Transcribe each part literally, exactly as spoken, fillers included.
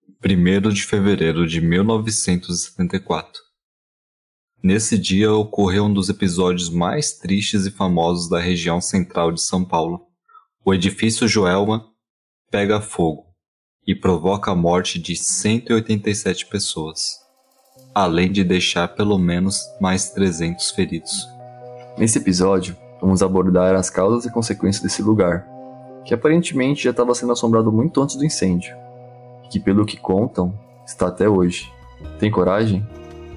primeiro de fevereiro de mil novecentos e setenta e quatro. Nesse dia ocorreu um dos episódios mais tristes e famosos da região central de São Paulo. O edifício Joelma pega fogo e provoca a morte de cento e oitenta e sete pessoas, além de deixar pelo menos mais trezentos feridos. Nesse episódio, vamos abordar as causas e consequências desse lugar, que aparentemente já estava sendo assombrado muito antes do incêndio, e que, pelo que contam, está até hoje. Tem coragem?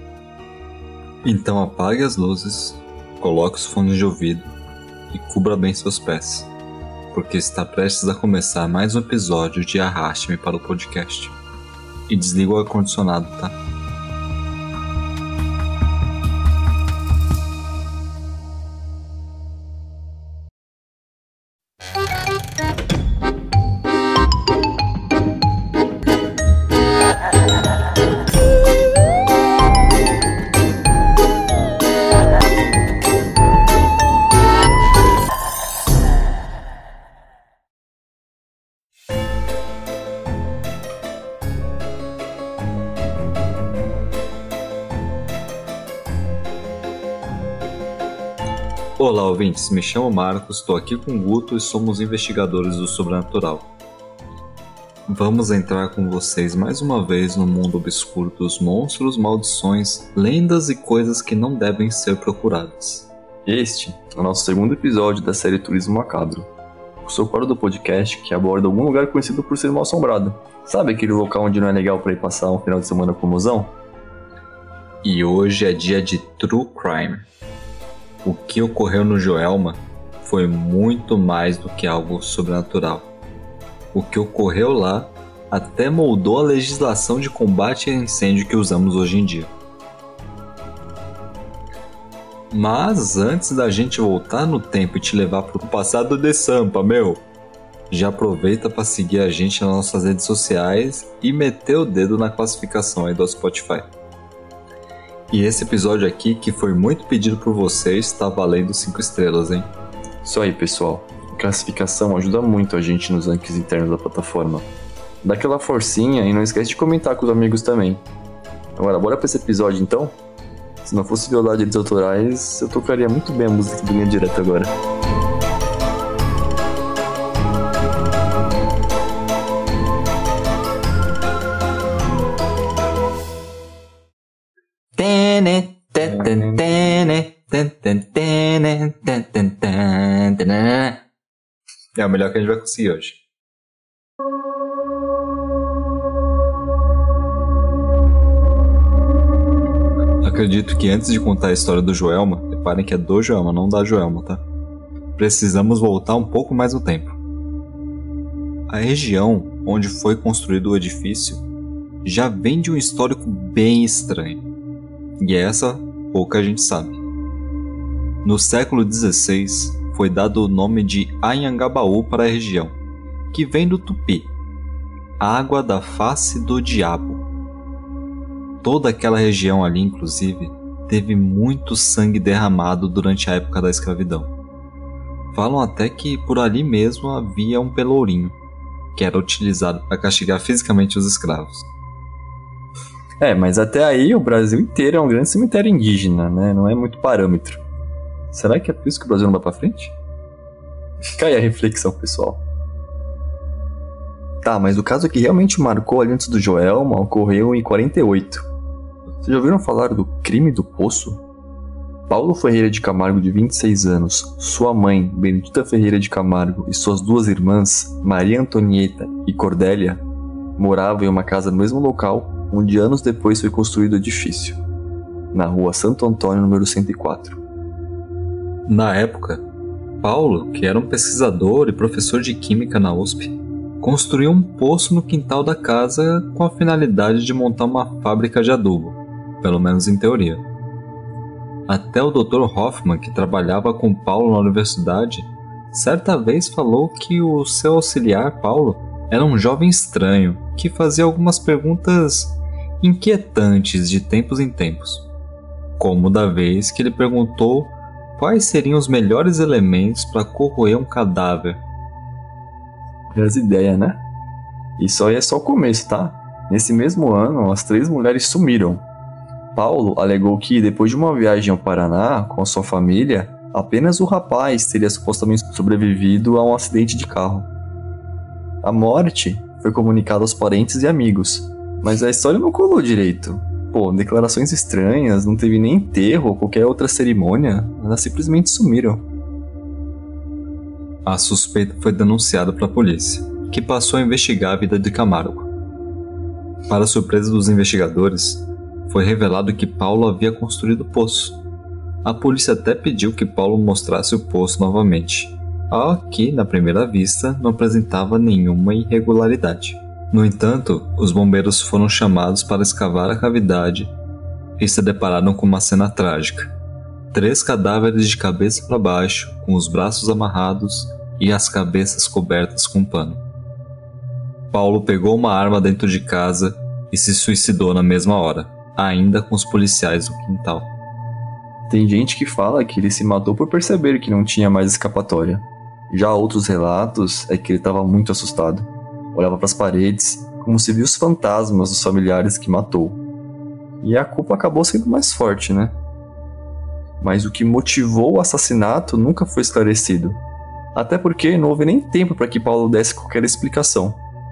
Então apague as luzes, coloque os fones de ouvido e cubra bem seus pés, porque está prestes a começar mais um episódio de Arraste-me para o podcast. E desliga o ar-condicionado, tá? Olá, ouvintes, me chamo Marcos, estou aqui com o Guto e somos investigadores do sobrenatural. Vamos entrar com vocês mais uma vez no mundo obscuro dos monstros, maldições, lendas e coisas que não devem ser procuradas. Este é o nosso segundo episódio da série Turismo Macabro, o seu quadro do podcast que aborda algum lugar conhecido por ser mal assombrado. Sabe aquele local onde não é legal para ir passar um final de semana com o mozão? E hoje é dia de True Crime. O que ocorreu no Joelma foi muito mais do que algo sobrenatural. O que ocorreu lá até moldou a legislação de combate a incêndio que usamos hoje em dia. Mas antes da gente voltar no tempo e te levar pro passado de Sampa, meu, já aproveita para seguir a gente nas nossas redes sociais e meter o dedo na classificação aí do Spotify. E esse episódio aqui, que foi muito pedido por vocês, tá valendo cinco estrelas, hein? Isso aí, pessoal. A classificação ajuda muito a gente nos rankings internos da plataforma. Dá aquela forcinha e não esquece de comentar com os amigos também. Agora, bora pra esse episódio então? Se não fosse violar direitos autorais, eu tocaria muito bem a música do Linha Direta agora. É o melhor que a gente vai conseguir hoje. Acredito que antes de contar a história do Joelma, reparem que é do Joelma, não da Joelma, tá? Precisamos voltar um pouco mais no tempo. A região onde foi construído o edifício já vem de um histórico bem estranho. E essa pouca gente sabe. No século dezesseis, foi dado o nome de Anhangabaú para a região, que vem do tupi, água da face do diabo. Toda aquela região ali, inclusive, teve muito sangue derramado durante a época da escravidão. Falam até que por ali mesmo havia um pelourinho, que era utilizado para castigar fisicamente os escravos. É, mas até aí o Brasil inteiro é um grande cemitério indígena, né? Não é muito parâmetro. Será que é por isso que o Brasil não vai pra frente? Fica aí a reflexão, pessoal. Tá, mas o caso que realmente marcou ali antes do Joelma ocorreu em quarenta e oito. Vocês já ouviram falar do crime do Poço? Paulo Ferreira de Camargo, de vinte e seis anos, sua mãe, Benedita Ferreira de Camargo, e suas duas irmãs, Maria Antonieta e Cordélia, moravam em uma casa no mesmo local onde anos depois foi construído o edifício, na rua Santo Antônio, número cento e quatro. Na época, Paulo, que era um pesquisador e professor de química na U S P, construiu um poço no quintal da casa com a finalidade de montar uma fábrica de adubo, pelo menos em teoria. Até o doutor Hoffman, que trabalhava com Paulo na universidade, certa vez falou que o seu auxiliar, Paulo, era um jovem estranho que fazia algumas perguntas inquietantes de tempos em tempos, como da vez que ele perguntou quais seriam os melhores elementos para corroer um cadáver. As ideias, né? Isso aí é só o começo, tá? Nesse mesmo ano, as três mulheres sumiram. Paulo alegou que, depois de uma viagem ao Paraná com a sua família, apenas o rapaz teria supostamente sobrevivido a um acidente de carro. A morte foi comunicada aos parentes e amigos, mas a história não colou direito. Pô, declarações estranhas, não teve nem enterro ou qualquer outra cerimônia, elas simplesmente sumiram. A suspeita foi denunciada para a polícia, que passou a investigar a vida de Camargo. Para a surpresa dos investigadores, foi revelado que Paulo havia construído o poço. A polícia até pediu que Paulo mostrasse o poço novamente, ao que, na primeira vista, não apresentava nenhuma irregularidade. No entanto, os bombeiros foram chamados para escavar a cavidade e se depararam com uma cena trágica. Três cadáveres de cabeça para baixo, com os braços amarrados e as cabeças cobertas com pano. Paulo pegou uma arma dentro de casa e se suicidou na mesma hora, ainda com os policiais no quintal. Tem gente que fala que ele se matou por perceber que não tinha mais escapatória. Já outros relatos é que ele estava muito assustado. Olhava para as paredes, como se via os fantasmas dos familiares que matou. E a culpa acabou sendo mais forte, né? Mas o que motivou o assassinato nunca foi esclarecido. Até porque não houve nem tempo para que Paulo desse qualquer explicação.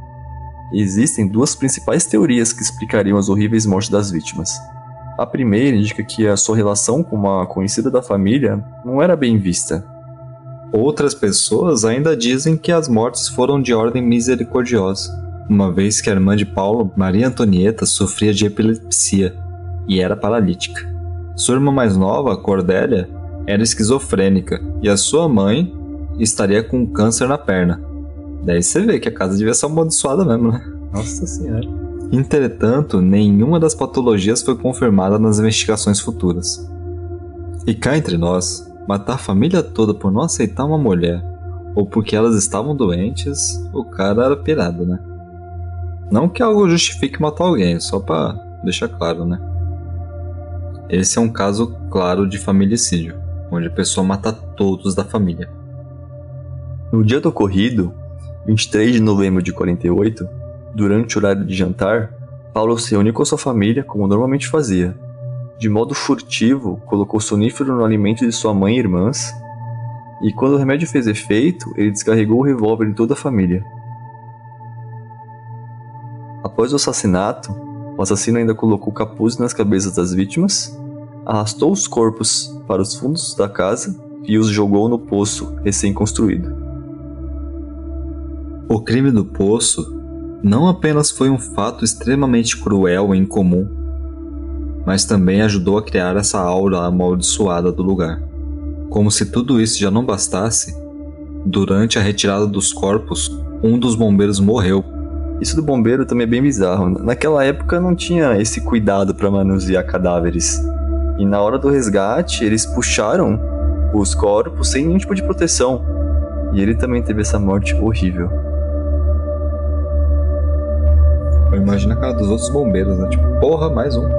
Existem duas principais teorias que explicariam as horríveis mortes das vítimas. A primeira indica que a sua relação com uma conhecida da família não era bem vista. Outras pessoas ainda dizem que as mortes foram de ordem misericordiosa, uma vez que a irmã de Paulo, Maria Antonieta, sofria de epilepsia e era paralítica. Sua irmã mais nova, Cordélia, era esquizofrênica e a sua mãe estaria com câncer na perna. Daí você vê que a casa devia ser amaldiçoada mesmo, né? Nossa Senhora. Entretanto, nenhuma das patologias foi confirmada nas investigações futuras. E cá entre nós, matar a família toda por não aceitar uma mulher, ou porque elas estavam doentes, o cara era pirado, né? Não que algo justifique matar alguém, só pra deixar claro, né? Esse é um caso claro de familicídio, onde a pessoa mata todos da família. No dia do ocorrido, vinte e três de novembro de quarenta e oito, durante o horário de jantar, Paulo se reuniu com sua família como normalmente fazia. De modo furtivo, colocou sonífero no alimento de sua mãe e irmãs, e quando o remédio fez efeito, ele descarregou o revólver em toda a família. Após o assassinato, o assassino ainda colocou capuz nas cabeças das vítimas, arrastou os corpos para os fundos da casa e os jogou no poço recém-construído. O crime do poço não apenas foi um fato extremamente cruel e incomum, mas também ajudou a criar essa aura amaldiçoada do lugar. Como se tudo isso já não bastasse, durante a retirada dos corpos, um dos bombeiros morreu. Isso do bombeiro também é bem bizarro. Naquela época não tinha esse cuidado para manusear cadáveres. E na hora do resgate, eles puxaram os corpos sem nenhum tipo de proteção. E ele também teve essa morte horrível. Eu imagino a cara dos outros bombeiros, né? Tipo, porra, mais um.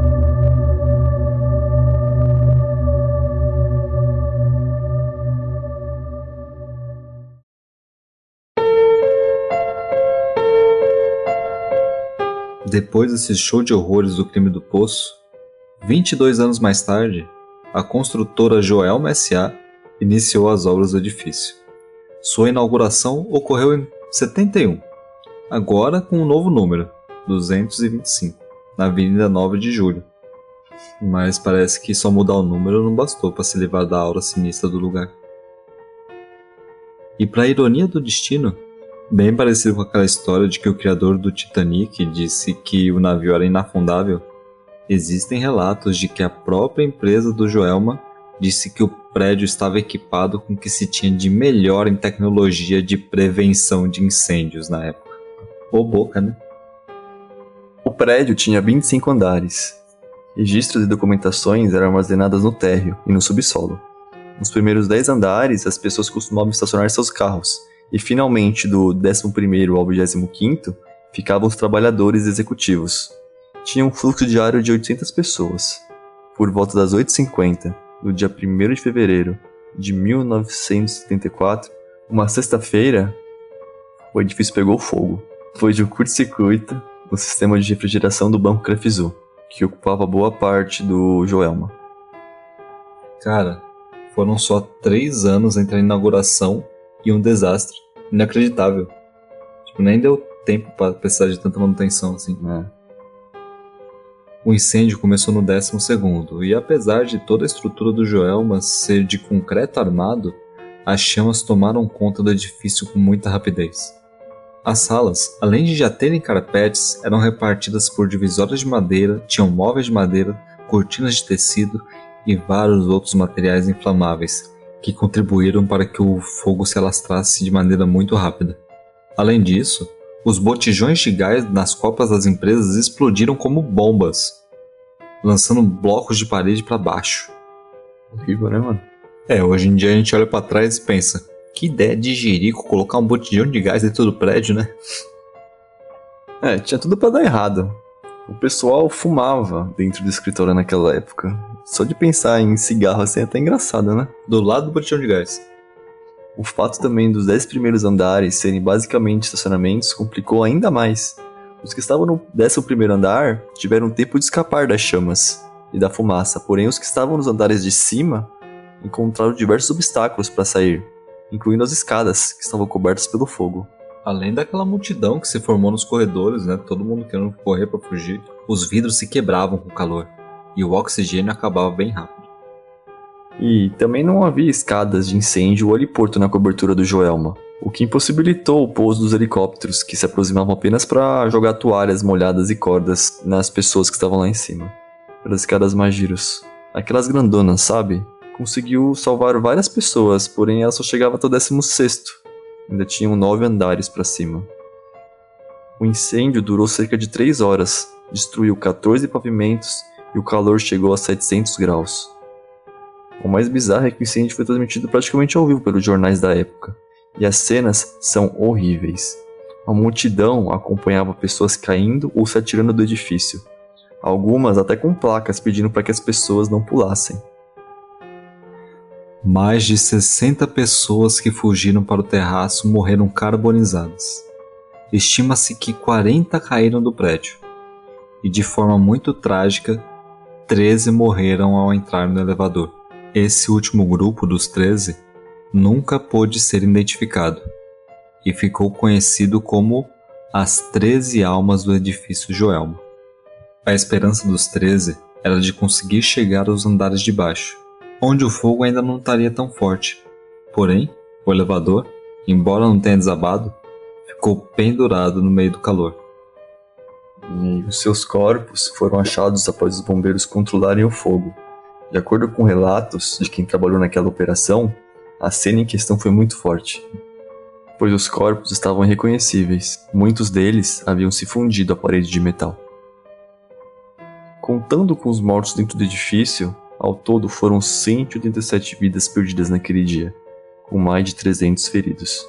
Depois desse show de horrores do crime do poço, vinte e dois anos mais tarde, a construtora Joelma S A iniciou as obras do edifício. Sua inauguração ocorreu em setenta e um, agora com um novo número, duzentos e vinte e cinco, na Avenida nove de Julho. Mas parece que só mudar o número não bastou para se livrar da aura sinistra do lugar. E para a ironia do destino, bem parecido com aquela história de que o criador do Titanic disse que o navio era inafundável, existem relatos de que a própria empresa do Joelma disse que o prédio estava equipado com o que se tinha de melhor em tecnologia de prevenção de incêndios na época. Ô boca, né? O prédio tinha vinte e cinco andares. Registros e documentações eram armazenadas no térreo e no subsolo. Nos primeiros dez andares, as pessoas costumavam estacionar seus carros, e finalmente do décimo primeiro ao vigésimo quinto ficavam os trabalhadores executivos. Tinha um fluxo diário de oitocentas pessoas. Por volta das oito e cinquenta, no dia primeiro de fevereiro de mil novecentos e setenta e quatro, uma sexta-feira, o edifício pegou fogo. Depois de um curto-circuito, no sistema de refrigeração do Banco Crefisu, que ocupava boa parte do Joelma. Cara, foram só três anos entre a inauguração e um desastre. Inacreditável. Tipo, nem deu tempo pra precisar de tanta manutenção assim. É. O incêndio começou no décimo segundo, e apesar de toda a estrutura do Joelma ser de concreto armado, as chamas tomaram conta do edifício com muita rapidez. As salas, além de já terem carpetes, eram repartidas por divisórias de madeira, tinham móveis de madeira, cortinas de tecido e vários outros materiais inflamáveis, que contribuíram para que o fogo se alastrasse de maneira muito rápida. Além disso, os botijões de gás nas copas das empresas explodiram como bombas, lançando blocos de parede para baixo. Horrível, né, mano? É, hoje em dia a gente olha para trás e pensa, que ideia de jirico colocar um botijão de gás dentro do prédio, né? É, tinha tudo pra dar errado. O pessoal fumava dentro do escritório naquela época. Só de pensar em cigarro assim é até engraçado, né? Do lado do botijão de gás. O fato também dos dez primeiros andares serem basicamente estacionamentos complicou ainda mais. Os que estavam no décimo primeiro andar tiveram tempo de escapar das chamas e da fumaça, porém os que estavam nos andares de cima encontraram diversos obstáculos para sair, incluindo as escadas, que estavam cobertas pelo fogo. Além daquela multidão que se formou nos corredores, né? Todo mundo querendo correr para fugir. Os vidros se quebravam com o calor e o oxigênio acabava bem rápido. E também não havia escadas de incêndio ou heliporto na cobertura do Joelma, o que impossibilitou o pouso dos helicópteros, que se aproximavam apenas para jogar toalhas molhadas e cordas nas pessoas que estavam lá em cima. Pelas escadas Magiros. Aquelas grandonas, sabe? Conseguiu salvar várias pessoas, porém ela só chegava até o décimo sexto. Ainda tinham nove andares para cima. O incêndio durou cerca de três horas, destruiu quatorze pavimentos e o calor chegou a setecentos graus. O mais bizarro é que o incêndio foi transmitido praticamente ao vivo pelos jornais da época, e as cenas são horríveis. A multidão acompanhava pessoas caindo ou se atirando do edifício, algumas até com placas pedindo para que as pessoas não pulassem. Mais de sessenta pessoas que fugiram para o terraço morreram carbonizadas. Estima-se que quarenta caíram do prédio, e de forma muito trágica, treze morreram ao entrar no elevador. Esse último grupo dos treze nunca pôde ser identificado e ficou conhecido como as treze almas do edifício Joelma. A esperança dos treze era de conseguir chegar aos andares de baixo, onde o fogo ainda não estaria tão forte. Porém, o elevador, embora não tenha desabado, ficou pendurado no meio do calor. E os seus corpos foram achados após os bombeiros controlarem o fogo. De acordo com relatos de quem trabalhou naquela operação, a cena em questão foi muito forte, pois os corpos estavam irreconhecíveis. Muitos deles haviam se fundido à parede de metal. Contando com os mortos dentro do edifício, ao todo foram cento e oitenta e sete vidas perdidas naquele dia, com mais de trezentos feridos.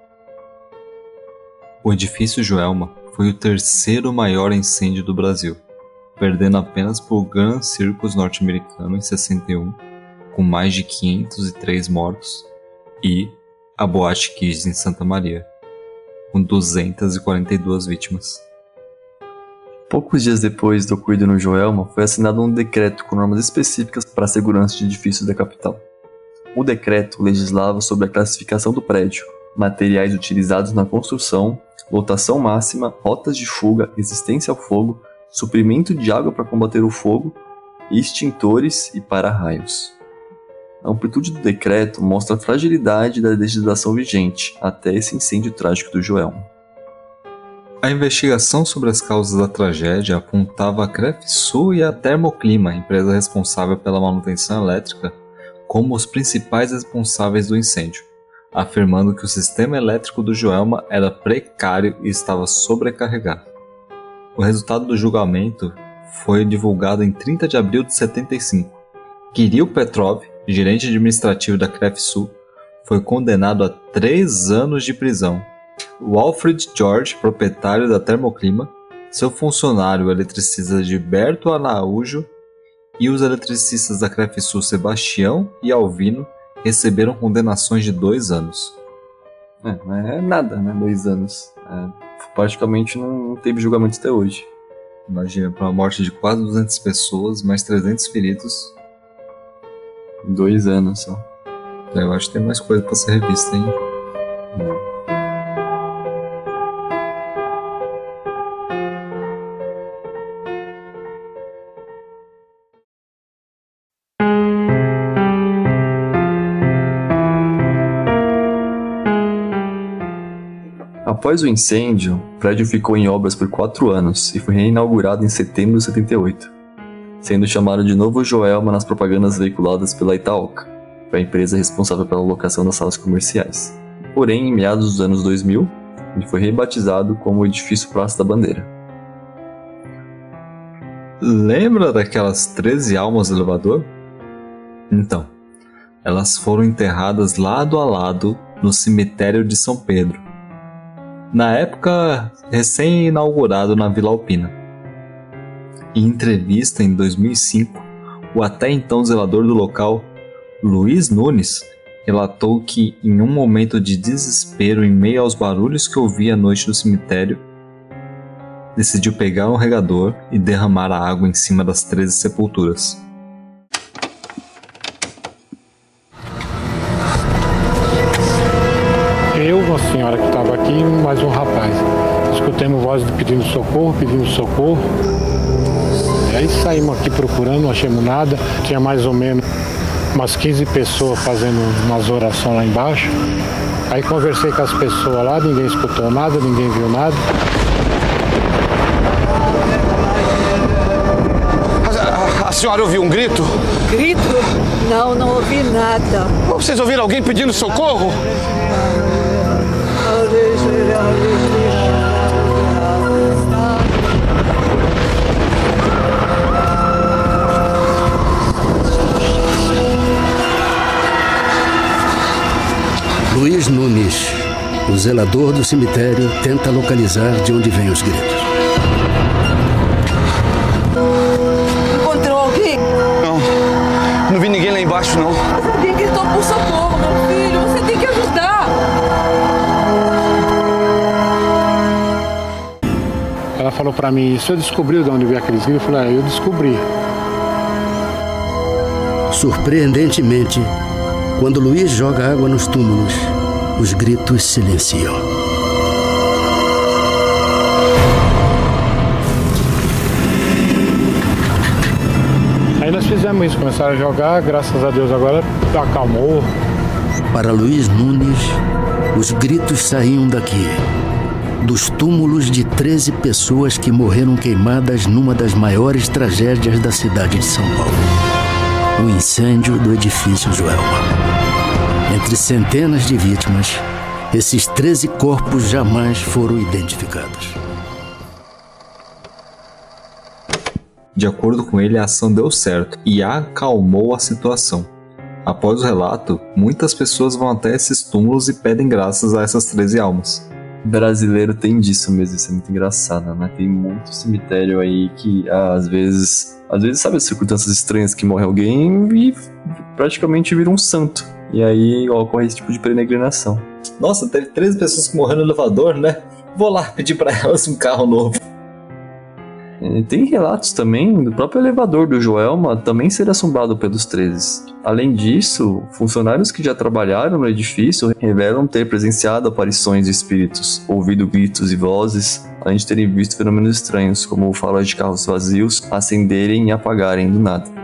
O edifício Joelma foi o terceiro maior incêndio do Brasil, perdendo apenas para o Grand Circus norte-americano em sessenta e um, com mais de quinhentos e três mortos, e a Boate Kiss em Santa Maria, com duzentas e quarenta e duas vítimas. Poucos dias depois do ocorrido no Joelma, foi assinado um decreto com normas específicas para a segurança de edifícios da capital. O decreto legislava sobre a classificação do prédio, materiais utilizados na construção, lotação máxima, rotas de fuga, resistência ao fogo, suprimento de água para combater o fogo, e extintores e para-raios. A amplitude do decreto mostra a fragilidade da legislação vigente até esse incêndio trágico do Joelma. A investigação sobre as causas da tragédia apontava a Crefisu e a Termoclima, empresa responsável pela manutenção elétrica, como os principais responsáveis do incêndio, afirmando que o sistema elétrico do Joelma era precário e estava sobrecarregado. O resultado do julgamento foi divulgado em trinta de abril de setenta e cinco. Kirill Petrov, gerente administrativo da Crefisu, foi condenado a três anos de prisão. O Alfred George, proprietário da Termoclima, seu funcionário, o eletricista Gilberto Araújo, e os eletricistas da Crefisu Sebastião e Alvino receberam condenações de dois anos. É, não é nada, né? Dois anos. É praticamente não teve julgamento até hoje. Imagina, para a morte de quase duzentas pessoas, mais trezentos feridos. Em dois anos só. Eu acho que tem mais coisa para ser revista, hein? Não. Após o incêndio, o prédio ficou em obras por quatro anos e foi reinaugurado em setembro de setenta e oito, sendo chamado de Novo Joelma nas propagandas veiculadas pela Itaoca, que foi a empresa responsável pela locação das salas comerciais. Porém, em meados dos anos dois mil, ele foi rebatizado como Edifício Praça da Bandeira. Lembra daquelas treze almas do elevador? Então, elas foram enterradas lado a lado no cemitério de São Pedro, na época recém-inaugurado na Vila Alpina. Em entrevista em dois mil e cinco, o até então zelador do local, Luiz Nunes, relatou que em um momento de desespero em meio aos barulhos que ouvia à noite no cemitério, decidiu pegar um regador e derramar a água em cima das treze sepulturas. Eu, uma senhora que estava aqui, mais um rapaz. Escutemos vozes pedindo socorro, pedindo socorro. E aí saímos aqui procurando, não achamos nada. Tinha mais ou menos umas quinze pessoas fazendo umas orações lá embaixo. Aí conversei com as pessoas lá, ninguém escutou nada, ninguém viu nada. A, a, a senhora ouviu um grito? Grito? Não, não ouvi nada. Vocês ouviram alguém pedindo socorro? Luiz Nunes, o zelador do cemitério, tenta localizar de onde vêm os gritos. Encontrou alguém? Não, não vi ninguém lá embaixo, não. Mas alguém gritou por socorro, meu filho. Você tem que ajudar. Ela falou pra mim, você descobriu de onde veio aqueles gritos? Eu falei, ah, eu descobri. Surpreendentemente, quando Luiz joga água nos túmulos, os gritos silenciam. Aí nós fizemos isso, começaram a jogar, graças a Deus agora acalmou. Para Luiz Nunes, os gritos saíam daqui, dos túmulos de treze pessoas que morreram queimadas numa das maiores tragédias da cidade de São Paulo. O incêndio do edifício Joelma. Entre centenas de vítimas, esses treze corpos jamais foram identificados. De acordo com ele, a ação deu certo e acalmou a situação. Após o relato, muitas pessoas vão até esses túmulos e pedem graças a essas treze almas. Brasileiro tem disso mesmo, isso é muito engraçado, né? Tem muito cemitério aí que ah, às vezes, às vezes sabe as circunstâncias estranhas que morre alguém e praticamente vira um santo. E aí ocorre esse tipo de peregrinação. Nossa, teve treze pessoas que morreram no elevador, né? Vou lá pedir pra elas um carro novo. É, tem relatos também do próprio elevador do Joelma também ser assombrado pelos treze. Além disso, funcionários que já trabalharam no edifício revelam ter presenciado aparições de espíritos, ouvido gritos e vozes, além de terem visto fenômenos estranhos, como falas de carros vazios acenderem e apagarem do nada.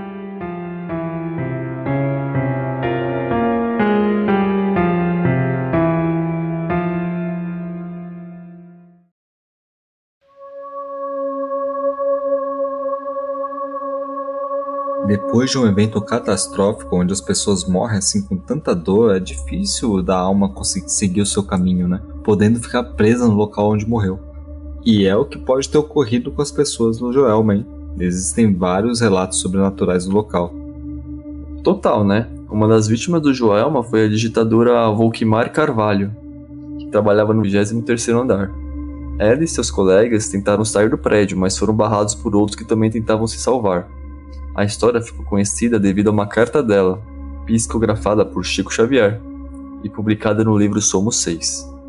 Depois de um evento catastrófico onde as pessoas morrem assim com tanta dor, é difícil da alma conseguir seguir o seu caminho, né? Podendo ficar presa no local onde morreu. E é o que pode ter ocorrido com as pessoas no Joelma, hein? Existem vários relatos sobrenaturais no local. Total, né? Uma das vítimas do Joelma foi a digitadora Volquimar Carvalho, que trabalhava no vigésimo terceiro andar. Ela e seus colegas tentaram sair do prédio, mas foram barrados por outros que também tentavam se salvar. A história ficou conhecida devido a uma carta dela, psicografada por Chico Xavier, e publicada no livro Somos Seis.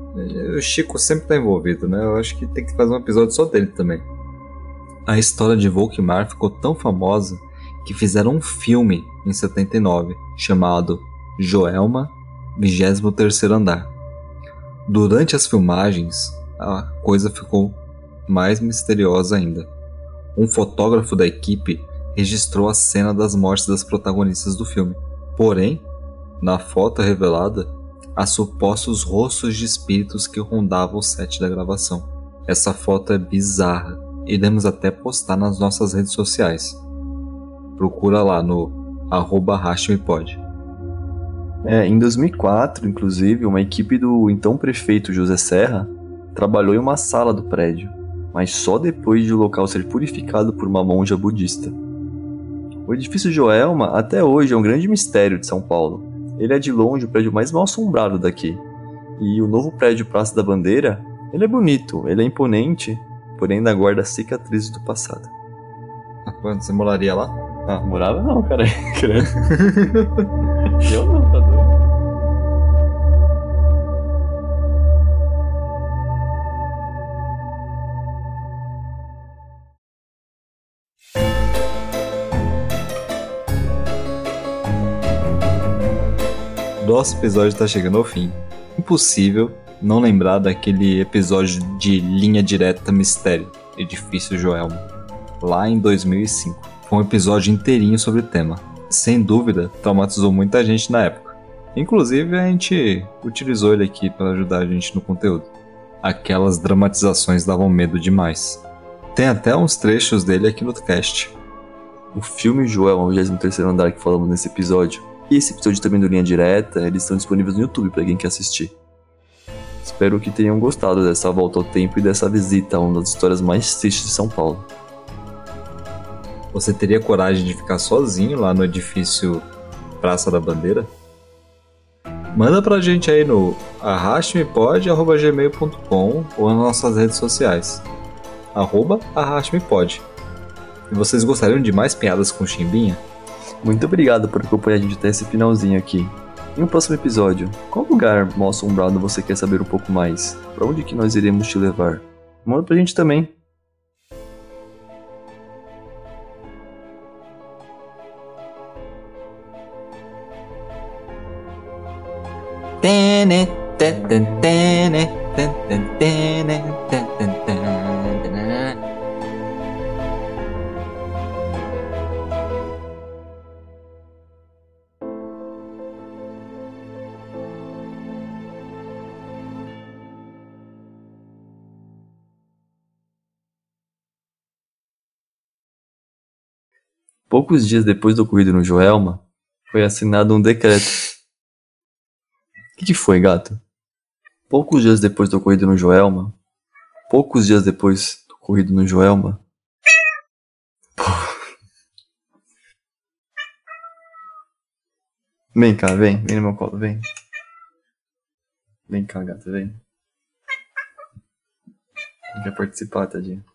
O Chico sempre tá envolvido, né? Eu acho que tem que fazer um episódio só dele também. A história de Volkmar ficou tão famosa que fizeram um filme em setenta e nove chamado Joelma, vigésimo terceiro Andar. Durante as filmagens, a coisa ficou mais misteriosa ainda. Um fotógrafo da equipe registrou a cena das mortes das protagonistas do filme. Porém, na foto revelada, há supostos rostos de espíritos que rondavam o set da gravação. Essa foto é bizarra. Iremos até postar nas nossas redes sociais. Procura lá no arroba arraste-me-pode. É, em dois mil e quatro, inclusive, uma equipe do então prefeito José Serra trabalhou em uma sala do prédio, mas só depois de o local ser purificado por uma monja budista. O edifício Joelma até hoje é um grande mistério de São Paulo. Ele é de longe o prédio mais mal assombrado daqui. E o novo prédio Praça da Bandeira, ele é bonito, ele é imponente, porém ainda guarda cicatrizes do passado. Quando você moraria lá? Ah, morava não, cara. Credo. Eu não, tá doido. Nosso episódio está chegando ao fim. Impossível não lembrar daquele episódio de Linha Direta Mistério, Edifício Joelma, lá em dois mil e cinco. Foi um episódio inteirinho sobre o tema. Sem dúvida, traumatizou muita gente na época. Inclusive, a gente utilizou ele aqui para ajudar a gente no conteúdo. Aquelas dramatizações davam medo demais. Tem até uns trechos dele aqui no cast. O filme Joelma, vigésimo terceiro Andar, que falamos nesse episódio, e esse episódio também do Linha Direta, eles estão disponíveis no YouTube para quem quer assistir. Espero que tenham gostado dessa volta ao tempo e dessa visita a uma das histórias mais tristes de São Paulo. Você teria coragem de ficar sozinho lá no edifício Praça da Bandeira? Manda pra gente aí no arraste-me-pode arroba gmail ponto com ou nas nossas redes sociais. Arroba arraste-me-pode. E vocês gostariam de mais piadas com Chimbinha? Muito obrigado por acompanhar a gente até esse finalzinho aqui. Em um próximo episódio, qual lugar mal assombrado você quer saber um pouco mais? Pra onde que nós iremos te levar? Manda pra gente também. Tene, tene, tene, tene, tene, tene, tene. Poucos dias depois do ocorrido no Joelma, foi assinado um decreto. O que, que foi, gato? Poucos dias depois do ocorrido no Joelma, poucos dias depois do ocorrido no Joelma, Vem cá, vem, vem no meu colo, vem. Vem cá, gata, vem. Quer participar, tadinho?